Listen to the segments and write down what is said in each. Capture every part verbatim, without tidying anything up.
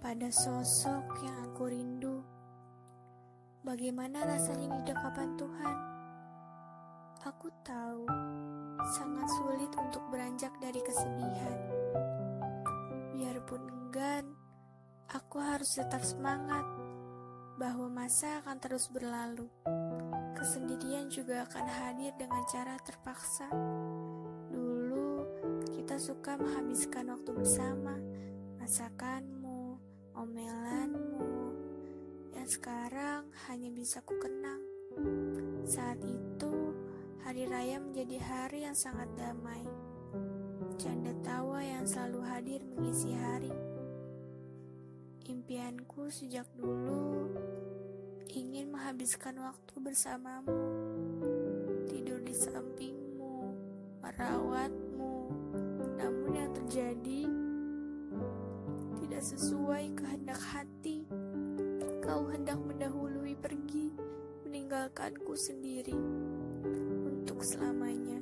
pada sosok yang aku rindu. Bagaimana rasanya di dekapan Tuhan? Aku tahu sangat sulit untuk beranjak dari kesedihan. Biarpun enggan, aku harus tetap semangat bahwa masa akan terus berlalu. Kesendirian juga akan hadir dengan cara terpaksa. Dulu kita suka menghabiskan waktu bersama, masakanmu, omelanmu, yang sekarang hanya bisa ku kenang. Saat itu, hari raya menjadi hari yang sangat damai. Canda tawa yang selalu hadir mengisi hari. Impianku sejak dulu ingin menghabiskan waktu bersamamu, tidur di sampingmu, merawatmu. Namun yang terjadi tidak sesuai kehendak hati. Kau hendak mendahului pergi, meninggalkanku sendiri untuk selamanya.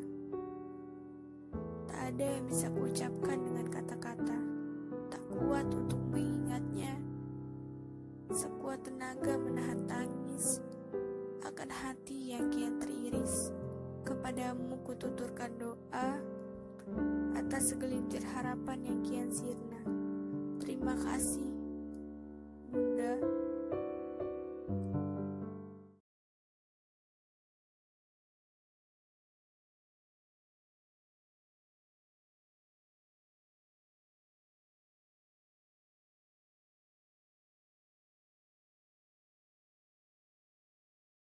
Tak ada yang bisa kuucapkan dengan kata-kata, tak kuat untuk mengingatnya. Sekuat tenaga menahan tangis akan hati yang kian teriris. Kepadamu kututurkan doa atas segelintir harapan yang kian sirna. Terima kasih, Bunda.